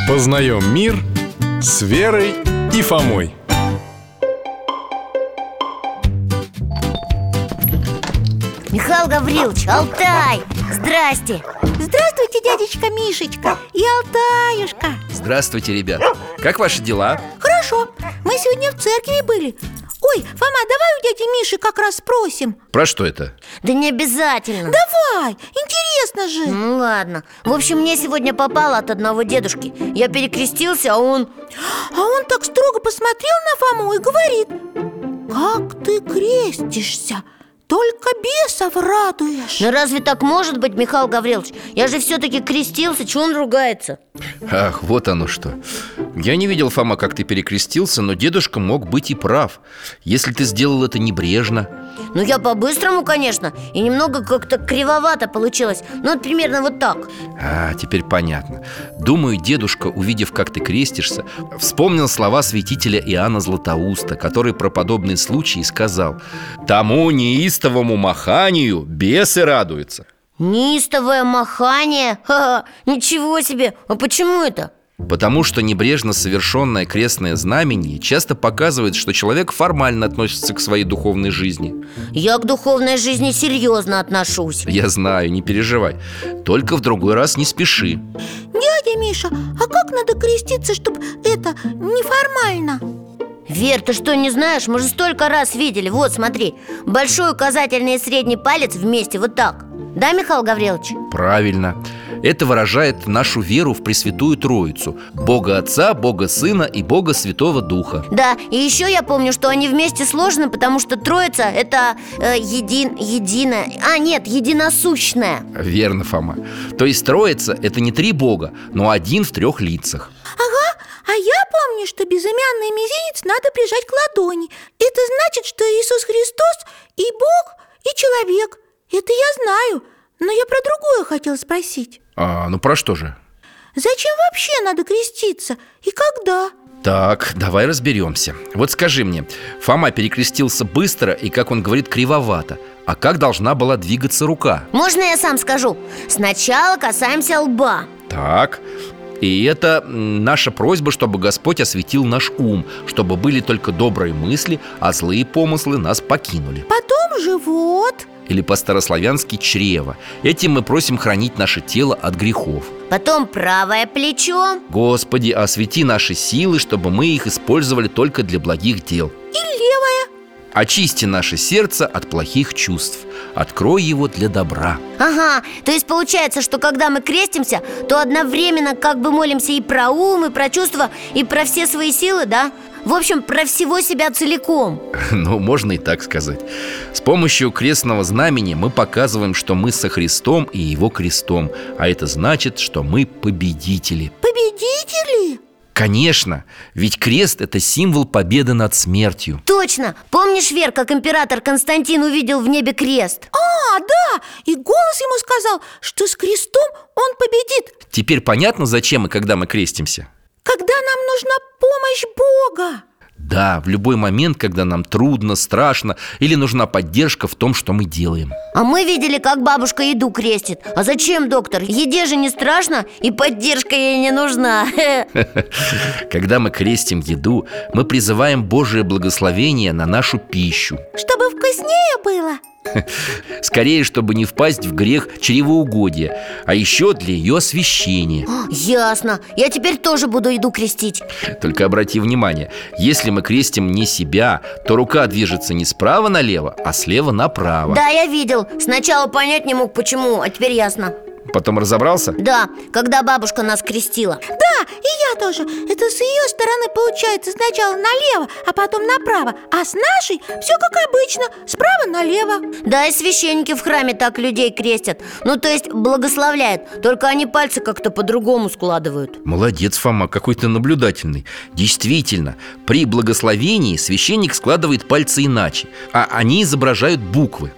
Познаем мир с Верой и Фомой. Михаил Гаврилович, Алтай, здрасте. Здравствуйте, дядечка Мишечка и Алтаюшка. Здравствуйте, ребят. Как ваши дела? Хорошо, мы сегодня в церкви были. Ой, Фома, давай у дяди Миши как раз спросим. Про что это? Да не обязательно. Давай, интересно же. Ну ладно. В общем, мне сегодня попало от одного дедушки. Я перекрестился, а он так строго посмотрел на Фому и говорит: как ты крестишься, только бесов радуешь. Ну разве так может быть, Михаил Гаврилович? Я же все-таки крестился, чего он ругается? Ах, вот оно что. Я не видел, Фома, как ты перекрестился, но дедушка мог быть и прав, если ты сделал это небрежно. Ну я по-быстрому, конечно. И немного как-то кривовато получилось. Ну вот примерно вот так. Теперь понятно. Думаю, дедушка, увидев, как ты крестишься, вспомнил слова святителя Иоанна Златоуста, который про подобные случаи сказал: тому неистовому маханию бесы радуются. Неистовое махание? Ха-ха, ничего себе! А почему это? Потому что небрежно совершенное крестное знамение часто показывает, что человек формально относится к своей духовной жизни. Я к духовной жизни серьезно отношусь. Я знаю, не переживай. Только в другой раз не спеши. Дядя Миша, а как надо креститься, чтобы это неформально? Вер, ты что, не знаешь? Мы же столько раз видели. Вот, смотри, большой указательный и средний палец вместе, вот так. Да, Михаил Гаврилович? Правильно. Это выражает нашу веру в Пресвятую Троицу: Бога Отца, Бога Сына и Бога Святого Духа. Да, и еще я помню, что они вместе сложены, потому что Троица – это единосущная. Верно, Фома. То есть Троица – это не три Бога, но один в трех лицах. Ага, а я помню, что безымянный мизинец надо прижать к ладони. Это значит, что Иисус Христос и Бог, и человек. Это я знаю, но я про другое хотела спросить. Ну про что же? Зачем вообще надо креститься и когда? Так, давай разберемся. Вот скажи мне, Фома перекрестился быстро и, как он говорит, кривовато. А как должна была двигаться рука? Можно я сам скажу? Сначала касаемся лба. Так, и это наша просьба, чтобы Господь осветил наш ум, чтобы были только добрые мысли, а злые помыслы нас покинули. Потом живот. Или по-старославянски чрево. Этим мы просим хранить наше тело от грехов. Потом правое плечо. Господи, освети наши силы, чтобы мы их использовали только для благих дел. И левое. Очисти наше сердце от плохих чувств. Открой его для добра. Ага, то есть получается, что когда мы крестимся, то одновременно как бы молимся и про ум, и про чувства, и про все свои силы, да? В общем, про всего себя целиком. Ну, можно и так сказать. С помощью крестного знамени мы показываем, что мы со Христом и Его крестом. А это значит, что мы победители. Победители? Конечно, ведь крест – это символ победы над смертью. Точно! Помнишь, Вер, как император Константин увидел в небе крест? Да, и голос ему сказал, что с крестом он победит. Теперь понятно, зачем и когда мы крестимся? Когда нам нужна помощь Бога. Да, в любой момент, когда нам трудно, страшно или нужна поддержка в том, что мы делаем. А мы видели, как бабушка еду крестит. А зачем, доктор? Еде же не страшно, и поддержка ей не нужна. Когда мы крестим еду, мы призываем Божие благословение на нашу пищу. Чтобы вкуснее было. Скорее, чтобы не впасть в грех чревоугодия, а еще для ее освящения. Ясно, я теперь тоже буду еду крестить. Только обрати внимание, если мы крестим не себя, то рука движется не справа налево, а слева направо. Да, я видел. Сначала понять не мог, почему, а теперь ясно. Потом разобрался? Да, когда бабушка нас крестила. Да, и я тоже. Это с ее стороны получается сначала налево, а потом направо. А с нашей все как обычно, справа налево. Да, и священники в храме так людей крестят. Ну, то есть благословляют. Только они пальцы как-то по-другому складывают. Молодец, Фома, какой ты наблюдательный. Действительно, при благословении священник складывает пальцы иначе, а они изображают буквы.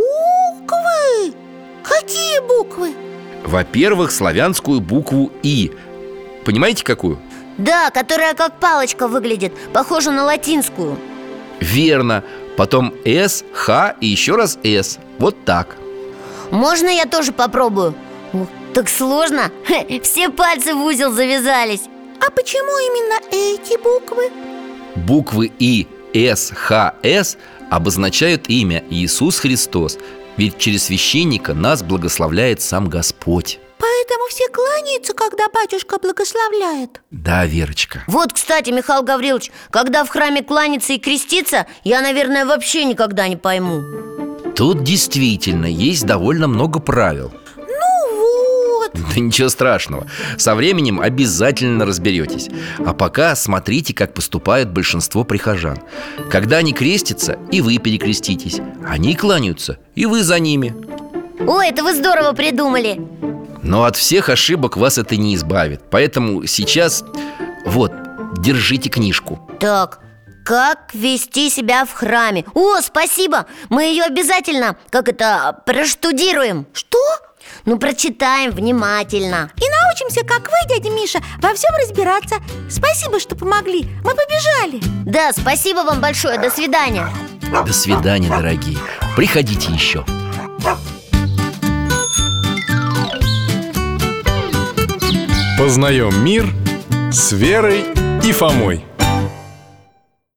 Буквы? Какие буквы? Во-первых, славянскую букву «И». Понимаете, какую? Да, которая как палочка выглядит, похожа на латинскую. Верно. Потом «С», «Х» и еще раз «С». Вот так. Можно я тоже попробую? Так сложно. Все пальцы в узел завязались. А почему именно эти буквы? Буквы И, С, Х, С обозначают имя Иисус Христос. Ведь через священника нас благословляет сам Господь. Поэтому все кланяются, когда батюшка благословляет. Да, Верочка. Вот, кстати, Михаил Гаврилович, когда в храме кланяться и креститься, я, наверное, вообще никогда не пойму. Тут действительно есть довольно много правил. Ну вот. Да ничего страшного. Со временем обязательно разберетесь. А пока смотрите, как поступают большинство прихожан. Когда они крестятся, и вы перекреститесь. Они кланяются, и вы за ними. Ой, это вы здорово придумали. Но от всех ошибок вас это не избавит. Поэтому сейчас, вот, держите книжку. Так, как вести себя в храме? О, спасибо! Мы ее обязательно, проштудируем. Что? Ну, прочитаем внимательно. И научимся, как вы, дядя Миша, во всем разбираться. Спасибо, что помогли. Мы побежали. Да, спасибо вам большое, до свидания. До свидания, дорогие. Приходите еще. Познаем мир с Верой и Фомой.